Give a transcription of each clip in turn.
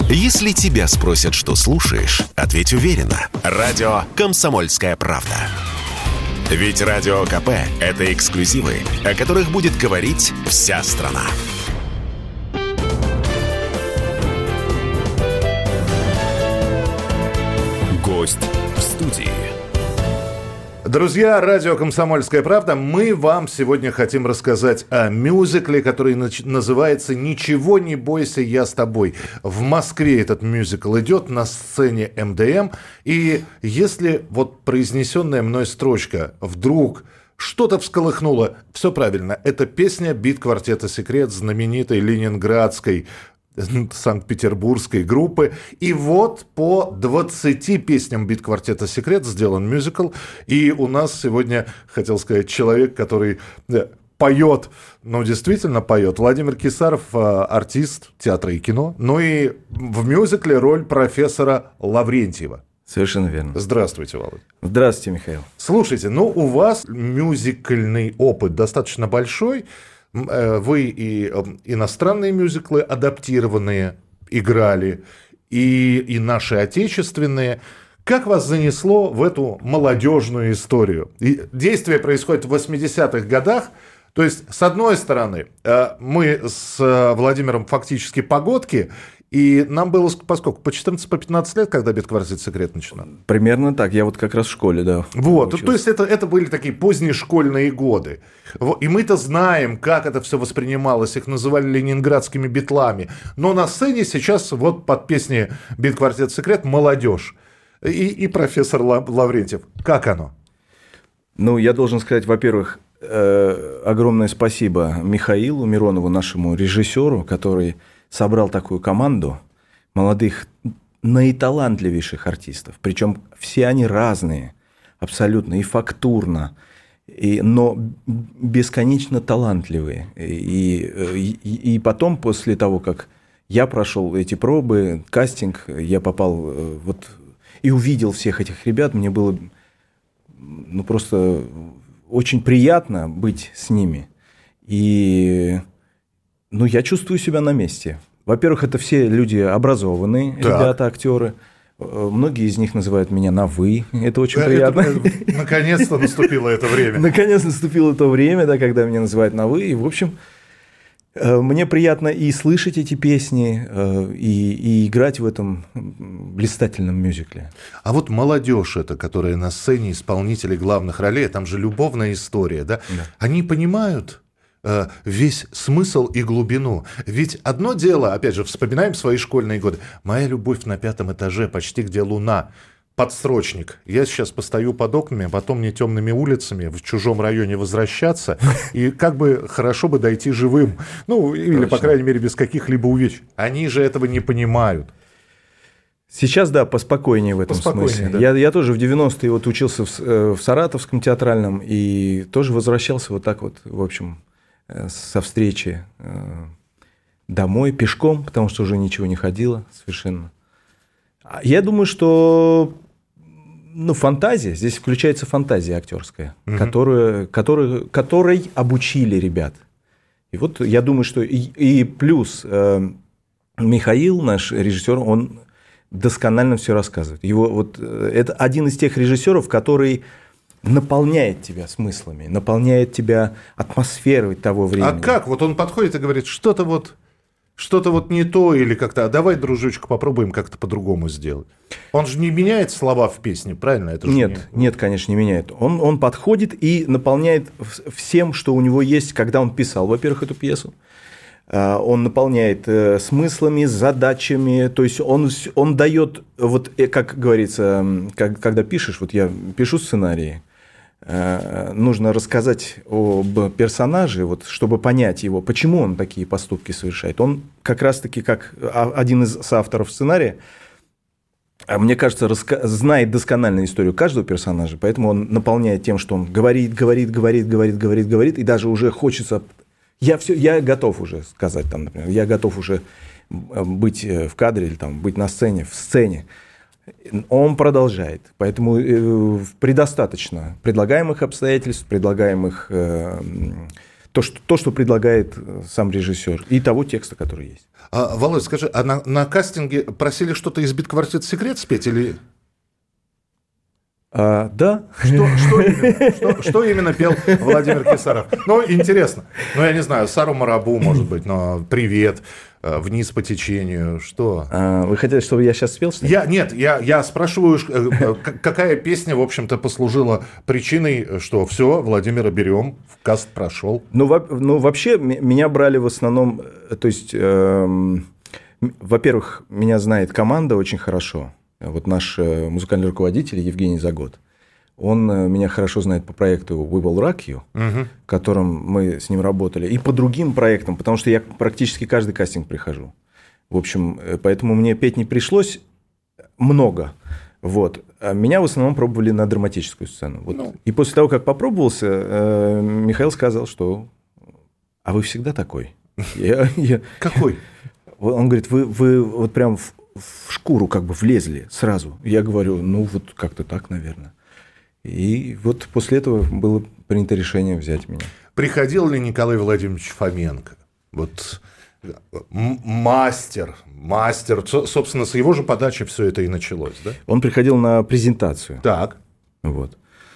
Если тебя спросят, что слушаешь, ответь уверенно. Радио «Комсомольская правда». Ведь Радио КП – это эксклюзивы, о которых будет говорить вся страна. Гость в студии. Друзья, радио «Комсомольская правда», мы вам сегодня хотим рассказать о мюзикле, который называется «Ничего не бойся, я с тобой». В Москве этот мюзикл идет на сцене МДМ, и если вот произнесенная мной строчка вдруг что-то всколыхнуло, все правильно, это песня бит-квартета «Секрет», знаменитой ленинградской санкт-петербургской группы. И вот по 20 песням бит-квартета «Секрет» сделан мюзикл. И у нас сегодня, хотел сказать, человек, который поет, ну, действительно поет. Владимир Кисаров, артист театра и кино. Ну и в мюзикле роль профессора Лаврентьева. Совершенно верно. Здравствуйте, Володя. Здравствуйте, Михаил. Слушайте, ну, у вас мюзикальный опыт достаточно большой. Вы и иностранные мюзиклы адаптированные играли, и наши отечественные. Как вас занесло в эту молодежную историю? И действие происходит в 80-х годах. То есть, с одной стороны, мы с Владимиром фактически погодки, и нам было поскольку? По 14-15 лет, когда бит-квартет «Секрет» начинал? Примерно так. Я вот как раз в школе, да. Вот, то есть это были такие поздние школьные годы. И мы-то знаем, как это все воспринималось. Их называли ленинградскими битлами. Но на сцене сейчас вот под песни бит-квартет «Секрет» молодежь. И профессор Лаврентьев. Как оно? Ну, я должен сказать, во-первых, огромное спасибо Михаилу Миронову, нашему режиссеру, который собрал такую команду молодых, наиталантливейших артистов. Причем все они разные, абсолютно, и фактурно, но бесконечно талантливые. И потом, после того, как я прошел эти пробы, кастинг, я попал вот и увидел всех этих ребят, мне было ну, просто очень приятно быть с ними. И ну, я чувствую себя на месте. Во-первых, это все люди образованные, ребята, актеры. Многие из них называют меня на «вы». Это очень приятно. Наконец-то наступило это время. Наконец наступило то время, да, когда меня называют на «вы». И, в общем, мне приятно и слышать эти песни, и играть в этом блистательном мюзикле. А вот молодежь эта, которая на сцене, исполнители главных ролей, там же любовная история, да? Да. Они понимают весь смысл и глубину. Ведь одно дело, опять же, вспоминаем свои школьные годы. «Моя любовь на 5-м этаже, почти где луна». Подстрочник. Я сейчас постою под окнами, а потом мне темными улицами в чужом районе возвращаться, и как бы хорошо бы дойти живым. Ну, или, по крайней мере, без каких-либо увечий. Они же этого не понимают. Сейчас, да, поспокойнее в этом смысле. Да. Я тоже в 90-е вот учился в Саратовском театральном, и тоже возвращался вот так вот, в общем, со встречи домой пешком, потому что уже ничего не ходило совершенно. Я думаю, что фантазия, здесь включается фантазия актерская, которой обучили ребят. И вот я думаю, что и плюс Михаил, наш режиссер, он досконально все рассказывает. Это один из тех режиссеров, который наполняет тебя смыслами, наполняет тебя атмосферой того времени. А как? Вот он подходит и говорит, что-то вот не то, или как-то, давай, дружочек, попробуем как-то по-другому сделать. Он же не меняет слова в песне, правильно? Это нет, конечно, не меняет. Он подходит и наполняет всем, что у него есть, когда он писал, во-первых, эту пьесу. Он наполняет смыслами, задачами, то есть он дает, вот как говорится, когда пишешь, вот я пишу сценарии, нужно рассказать об персонаже, вот, чтобы понять его, почему он такие поступки совершает. Он как раз-таки, как один из соавторов сценария, мне кажется, знает досконально историю каждого персонажа, поэтому он наполняет тем, что он говорит, и даже уже хочется... Я готов уже сказать, там, например, я готов уже быть в кадре или там, быть на сцене, в сцене. Он продолжает. Поэтому предостаточно предлагаемых обстоятельств, предлагаемых то, что предлагает сам режиссер, и того текста, который есть. Володь, скажи, а на кастинге просили что-то из «Битквартет Секрет» спеть или... Да. Что именно пел Владимир Кесаров? Ну, интересно. Ну, я не знаю, Сару Марабу, может быть, но «Привет», «Вниз по течению», что? Вы хотели, чтобы я сейчас спел, что ли? Я спрашиваю, какая песня, в общем-то, послужила причиной, что все, Владимира берем, каст прошел. Ну, вообще, меня брали в основном, то есть, во-первых, меня знает команда очень хорошо. Вот наш музыкальный руководитель Евгений Загод, он меня хорошо знает по проекту We Will Rock You, в котором мы с ним работали, и по другим проектам, потому что я практически каждый кастинг прихожу. В общем, поэтому мне петь не пришлось много. Вот. А меня в основном пробовали на драматическую сцену. Вот. И после того, как попробовался, Михаил сказал, что «А вы всегда такой?» Какой? Он говорит, вы вот прям в шкуру как бы влезли сразу. Я говорю, ну вот как-то так, наверное. И вот после этого было принято решение взять меня. Приходил ли Николай Владимирович Фоменко? Вот мастер. Собственно, с его же подачи все это и началось, да? Он приходил на презентацию. Так. Вот.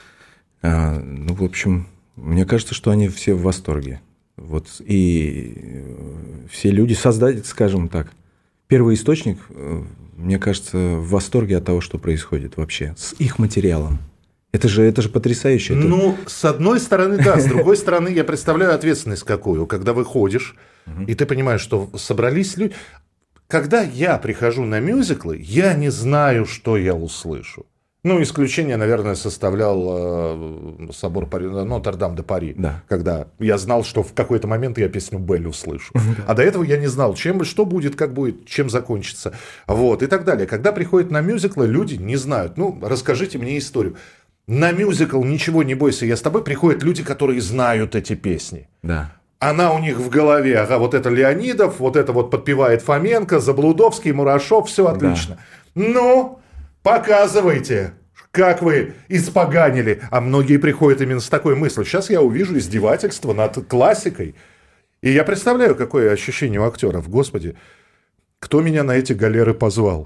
Ну, в общем, мне кажется, что они все в восторге. Вот. И все люди, создатели, скажем так, первый источник, мне кажется, в восторге от того, что происходит вообще с их материалом. Это же потрясающе. Ну, с одной стороны, да. С другой стороны, я представляю ответственность какую, когда выходишь, и ты понимаешь, что собрались люди. Когда я прихожу на мюзиклы, я не знаю, что я услышу. Ну, исключение, наверное, составлял собор Нотр-Дам-де-Пари, да. Когда я знал, что в какой-то момент я песню «Белль» услышу. А до этого я не знал, что будет, как будет, чем закончится. Вот, и так далее. Когда приходят на мюзиклы, люди не знают. Ну, расскажите мне историю. На мюзикл «Ничего не бойся, я с тобой» приходят люди, которые знают эти песни. Да. Она у них в голове. Ага, вот это Леонидов, вот это вот подпевает Фоменко, Заблудовский, Мурашов, все отлично. Да. Ну... Показывайте, как вы испоганили. А многие приходят именно с такой мыслью. Сейчас я увижу издевательство над классикой. И я представляю, какое ощущение у актеров. Господи, кто меня на эти галеры позвал?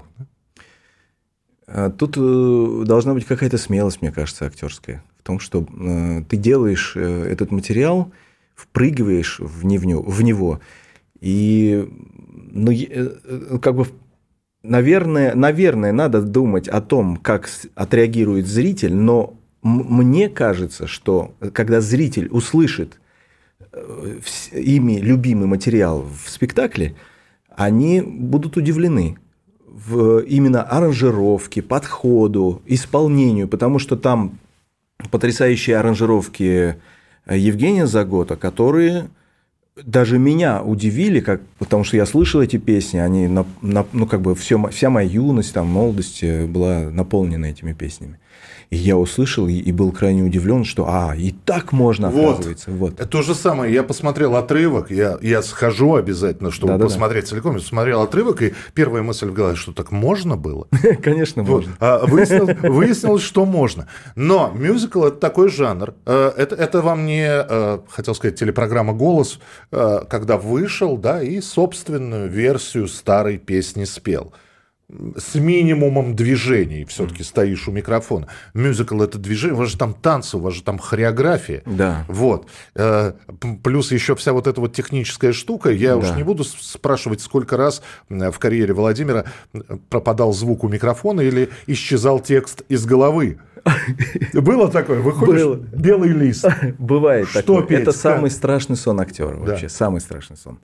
Тут должна быть какая-то смелость, мне кажется, актерская. В том, что ты делаешь этот материал, впрыгиваешь в него. И как бы... Наверное, надо думать о том, как отреагирует зритель, но мне кажется, что когда зритель услышит ими любимый материал в спектакле, они будут удивлены в именно аранжировке, подходу, исполнению, потому что там потрясающие аранжировки Евгения Загота, которые... Даже меня удивили, потому что я слышал эти песни, они, как бы вся моя юность, там, молодость была наполнена этими песнями. И я услышал и был крайне удивлен, что и так можно, оказывается. Вот. То же самое, я посмотрел отрывок, я схожу обязательно, чтобы посмотреть целиком. Я посмотрел отрывок, и первая мысль в голове, что так можно было? Конечно, можно. Выяснилось, что можно. Но мюзикл – это такой жанр. Это вам не, хотел сказать, телепрограмма «Голос», когда вышел, да, и собственную версию старой песни спел. С минимумом движений все-таки стоишь у микрофона. Мюзикл – это движение, у вас же там танцы, у вас же там хореография. Да. Вот. Плюс еще вся вот эта вот техническая штука. Я уж не буду спрашивать, сколько раз в карьере Владимира пропадал звук у микрофона или исчезал текст из головы. Было такое? Выходишь, белый лист. Бывает такое. Это самый страшный сон актера вообще, самый страшный сон.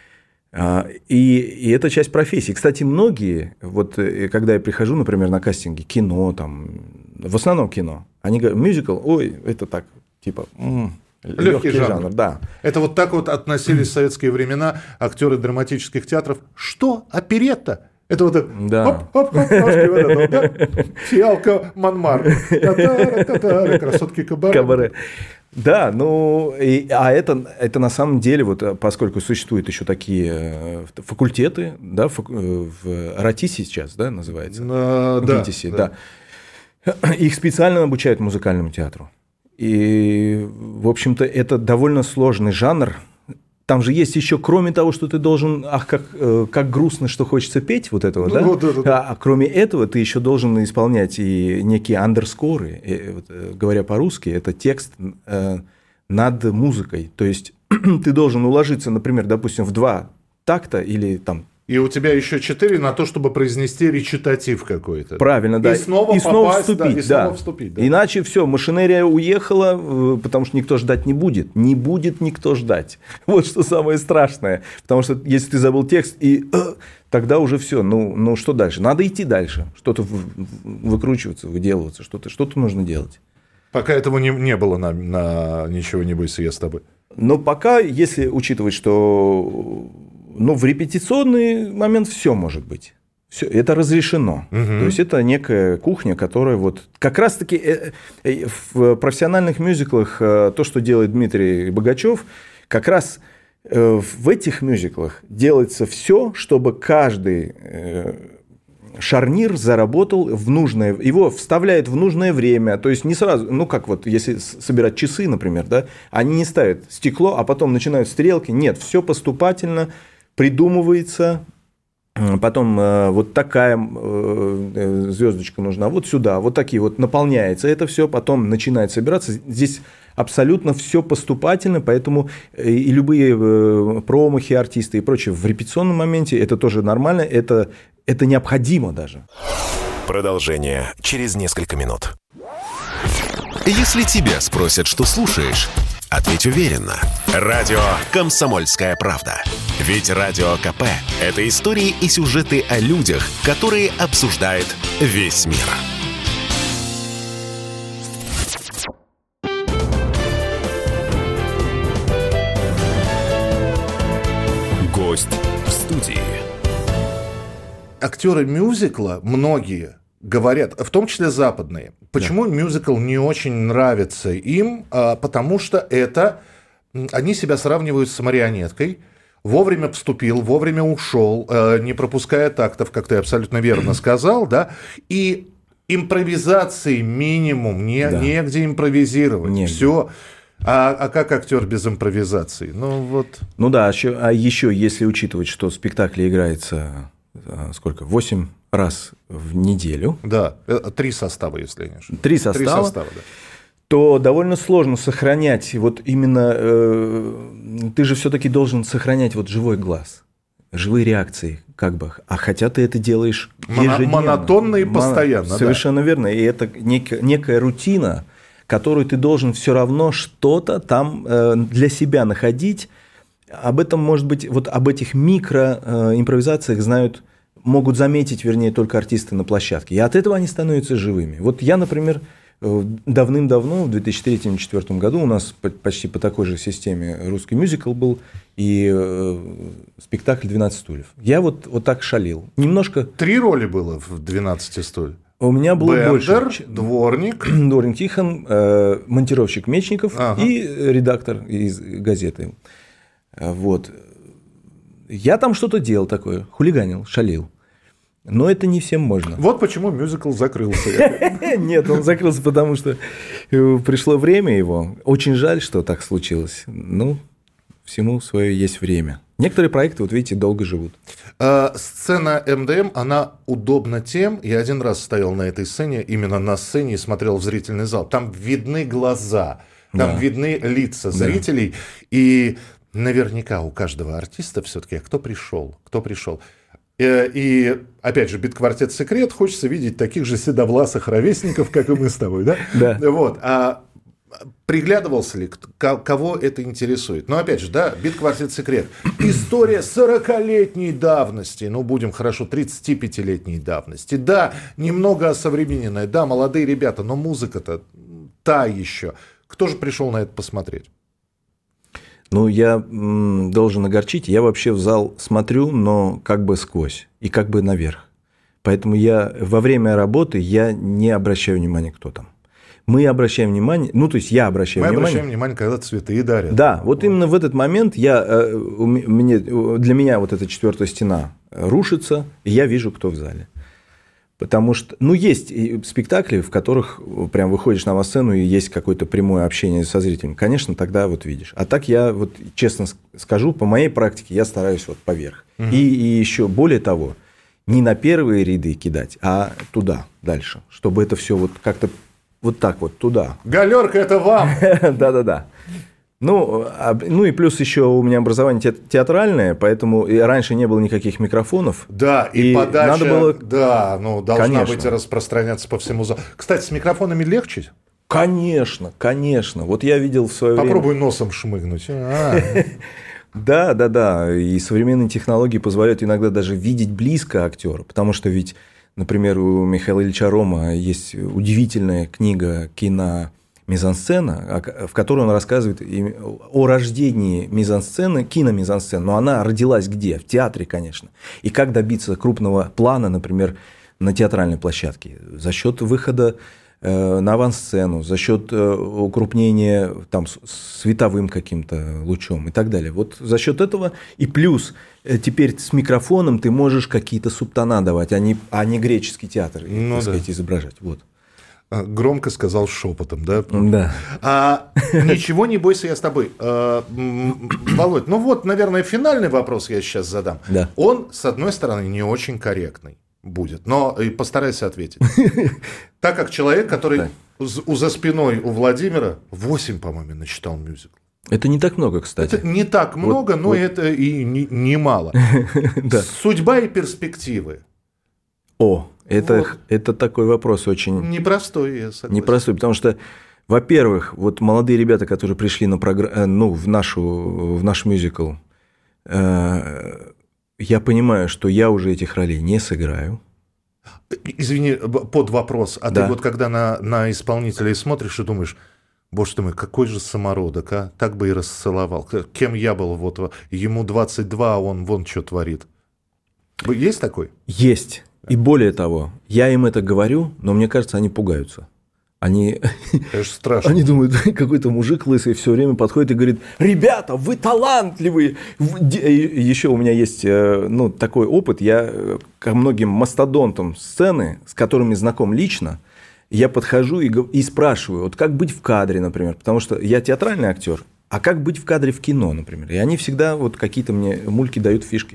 И это часть профессии. Кстати, многие, вот когда я прихожу, например, на кастинги, кино, там, в основном кино, они говорят, мюзикл, ой, это так, типа, легкий жанр. Да. Это вот так вот относились в советские времена актеры драматических театров. Что? Оперетта? Это вот это, фиалка Монмартр, красотки Кабаре. Да, это на самом деле, вот, поскольку существуют еще такие факультеты, да, в РАТИСе сейчас, да, называется? Да. Их специально обучают музыкальному театру. И, в общем-то, это довольно сложный жанр. Там же есть еще, кроме того, что ты должен, как грустно, что хочется петь, вот этого, да? Да. А кроме этого, ты еще должен исполнять и некие андерскоры, говоря по-русски, это текст над музыкой. То есть ты должен уложиться, например, допустим, в 2 такта или там. И у тебя еще 4 на то, чтобы произнести речитатив какой-то. Правильно, да. И снова вступить, да. Иначе все, машинерия уехала, потому что никто ждать не будет. Не будет никто ждать. Вот что самое страшное. Потому что если ты забыл текст, тогда уже все. Ну что дальше? Надо идти дальше. Что-то выкручиваться, выделываться. Что-то нужно делать. Пока этого не было на «Ничего не бойся, я с тобой». Но пока, если учитывать, что в репетиционный момент все может быть. Все, это разрешено. То есть это некая кухня, которая вот как раз-таки в профессиональных мюзиклах то, что делает Дмитрий Богачев, как раз в этих мюзиклах делается все, чтобы каждый шарнир заработал его вставляет в нужное время, то есть не сразу, как вот если собирать часы, например, да, они не ставят стекло, а потом начинают стрелки, нет, все поступательно придумывается, потом вот такая звездочка нужна, вот сюда, вот такие вот наполняется это все, потом начинает собираться, здесь абсолютно все поступательно, поэтому и любые промахи артиста и прочее в репетиционном моменте это тоже нормально, это необходимо даже. Продолжение через несколько минут. Если тебя спросят, что слушаешь, ответь уверенно. Радио «Комсомольская правда». Ведь Радио КП – это истории и сюжеты о людях, которые обсуждает весь мир. Гость в студии. Актеры мюзикла, многие говорят, в том числе западные, почему мюзикл не очень нравится им, потому что они себя сравнивают с марионеткой, вовремя вступил, вовремя ушел, не пропуская тактов, как ты абсолютно верно сказал, да, и импровизации минимум, негде импровизировать, все. А как актер без импровизации? А еще если учитывать, что спектакль играется 8 раз в неделю. Да, 3 состава, если не ошибаюсь. 3 состава, да. То довольно сложно сохранять вот именно... ты же все-таки должен сохранять вот живой глаз, живые реакции, как бы. А хотя ты это делаешь ежедневно. Монотонно и постоянно. Совершенно верно. И это некая рутина, которую ты должен все равно что-то там для себя находить. Об этом, может быть, вот об этих микроимпровизациях могут заметить, вернее, только артисты на площадке. И от этого они становятся живыми. Вот я, например, давным-давно, в 2003-2004 году у нас почти по такой же системе русский мюзикл был и спектакль «12 стульев». Я вот так шалил. Немножко... 3 роли было в «12 стульев». У меня было Бендер, больше. Дворник Тихон, монтировщик Мечников и редактор из газеты. Вот. Я там что-то делал такое, хулиганил, шалил. Но это не всем можно. Вот почему мюзикл закрылся. Нет, он закрылся, потому что пришло время его. Очень жаль, что так случилось. Всему свое есть время. Некоторые проекты, вот видите, долго живут. Сцена МДМ, она удобна тем, я один раз стоял на этой сцене, именно на сцене и смотрел в зрительный зал. Там видны глаза, там видны лица зрителей. И наверняка у каждого артиста все-таки, кто пришел. И, опять же, бит-квартет «Секрет» хочется видеть таких же седовласых ровесников, как и мы с тобой, да? Да. Вот. А приглядывался ли, кого это интересует? Но, опять же, да, бит-квартет «Секрет». История 40-летней давности, будем хорошо, 35-летней давности. Да, немного осовремененная, да, молодые ребята, но музыка-то та еще. Кто же пришел на это посмотреть? Я должен огорчить. Я вообще в зал смотрю, но как бы сквозь и как бы наверх. Поэтому во время работы я не обращаю внимания, кто там. Мы обращаем внимание, я обращаю внимание. Мы обращаем внимание, когда цветы дарят. Да, вот именно в этот момент для меня вот эта 4-я стена рушится, и я вижу, кто в зале. Потому что, есть спектакли, в которых прям выходишь на сцену и есть какое-то прямое общение со зрителем. Конечно, тогда вот видишь. А так я вот честно скажу, по моей практике я стараюсь вот поверх. И еще более того, не на первые ряды кидать, а туда, дальше. Чтобы это все вот как-то вот так вот туда. Галерка, это вам! Да-да-да. И плюс еще у меня образование театральное, поэтому и раньше не было никаких микрофонов. Да, и подача, надо было... должна Конечно. быть распространяться по всему залу. Кстати, с микрофонами легче? Конечно. Вот я видел в свое время... Попробуй носом шмыгнуть. Да. И современные технологии позволяют иногда даже видеть близко актера, потому что ведь, например, у Михаила Ильича Рома есть удивительная книга «Мизансцена», в которой он рассказывает о рождении мизансцены, киномизансцены, но она родилась где? В театре, конечно. И как добиться крупного плана, например, на театральной площадке? За счет выхода на авансцену, за счет укрупнения там, световым каким-то лучом и так далее. Вот за счет этого и плюс теперь с микрофоном ты можешь какие-то субтона давать, а не греческий театр изображать. Вот. Громко сказал шепотом, да? Да. Ничего не бойся, я с тобой. Володь, наверное, финальный вопрос я сейчас задам. Да. Он, с одной стороны, не очень корректный будет, но и постарайся ответить. Так как человек, который за спиной у Владимира 8, по-моему, насчитал мюзикл. Это не так много, кстати. Это не так много, но это и немало. Судьба и перспективы. Это такой вопрос очень... Непростой, я согласен. Непростой, потому что, во-первых, вот молодые ребята, которые пришли в наш мюзикл, я понимаю, что я уже этих ролей не сыграю. Извини, под вопрос. Да. Ты вот когда на исполнителей смотришь и думаешь, боже ты мой, какой же самородок, а? Так бы и расцеловал. Кем я был, ему 22, а он вон что творит. Есть такой? Есть. И более того, я им это говорю, но мне кажется, они пугаются. Это же страшно. Они думают, какой-то мужик лысый все время подходит и говорит: ребята, вы талантливые. Еще у меня есть такой опыт. Я ко многим мастодонтам сцены, с которыми знаком лично, я подхожу и спрашиваю, вот как быть в кадре, например, потому что я театральный актер, а как быть в кадре в кино, например. И они всегда вот какие-то мне мульки дают, фишки.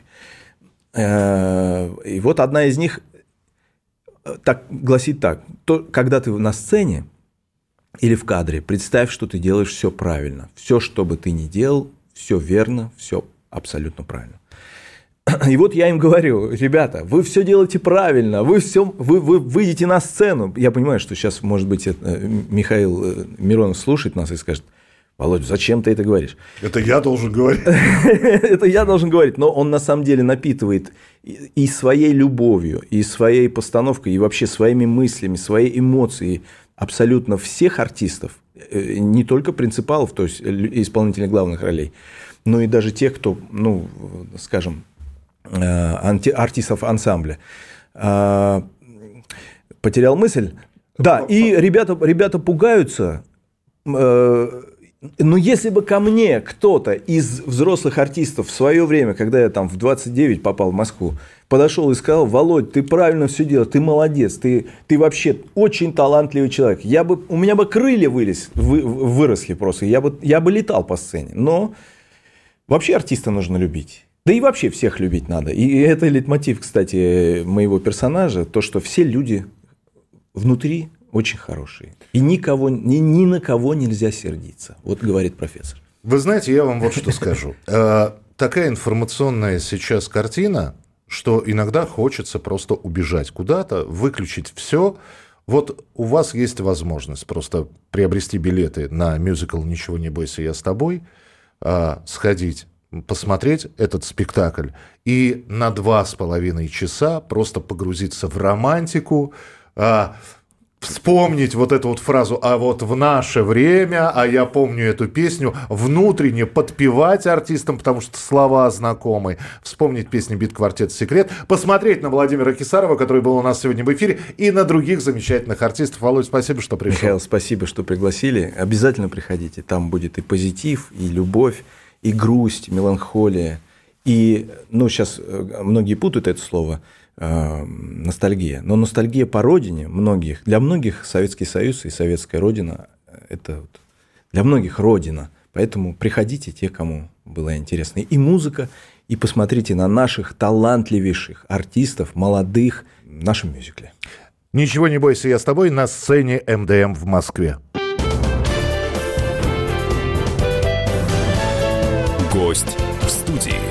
И вот одна из них гласит так: когда ты на сцене или в кадре, представь, что ты делаешь все правильно. Все, что бы ты ни делал, все верно, все абсолютно правильно. И вот я им говорю: ребята, вы все делаете правильно, вы выйдете на сцену. Я понимаю, что сейчас, может быть, Михаил Миронов слушает нас и скажет: Володя, зачем ты это говоришь? Это я должен говорить. Это я должен говорить, но он на самом деле напитывает и своей любовью, и своей постановкой, и вообще своими мыслями, своей эмоцией абсолютно всех артистов, не только принципалов, то есть исполнителей главных ролей, но и даже тех, кто, скажем, артистов ансамбля. Потерял мысль? Да, и ребята пугаются. Но если бы ко мне кто-то из взрослых артистов в свое время, когда я там в 29 попал в Москву, подошел и сказал: Володь, ты правильно все делаешь, ты молодец, ты вообще очень талантливый человек. У меня бы крылья выросли просто, я бы летал по сцене. Но вообще артиста нужно любить. Да и вообще всех любить надо. И это лейтмотив, кстати, моего персонажа, то, что все люди внутри очень хорошие. И ни на кого нельзя сердиться. Вот говорит профессор. Вы знаете, я вам вот что скажу. Такая информационная сейчас картина, что иногда хочется просто убежать куда-то, выключить все. Вот у вас есть возможность просто приобрести билеты на мюзикл «Ничего не бойся, я с тобой», сходить, посмотреть этот спектакль и на 2,5 часа просто погрузиться в романтику, вспомнить вот эту вот фразу: а вот в наше время, а я помню эту песню, внутренне подпевать артистам, потому что слова знакомы, вспомнить песни «Бит-квартет Секрет», посмотреть на Владимира Кисарова, который был у нас сегодня в эфире, и на других замечательных артистов. Володь, спасибо, что пришел. Михаил, спасибо, что пригласили. Обязательно приходите. Там будет и позитив, и любовь, и грусть, и меланхолия. И, сейчас многие путают это слово. ностальгия. Но ностальгия по родине многих, для многих Советский Союз и советская родина – это для многих родина. Поэтому приходите те, кому было интересно. И музыка, и посмотрите на наших талантливейших артистов, молодых, в нашем мюзикле. «Ничего не бойся, я с тобой» на сцене МДМ в Москве. Гость в студии.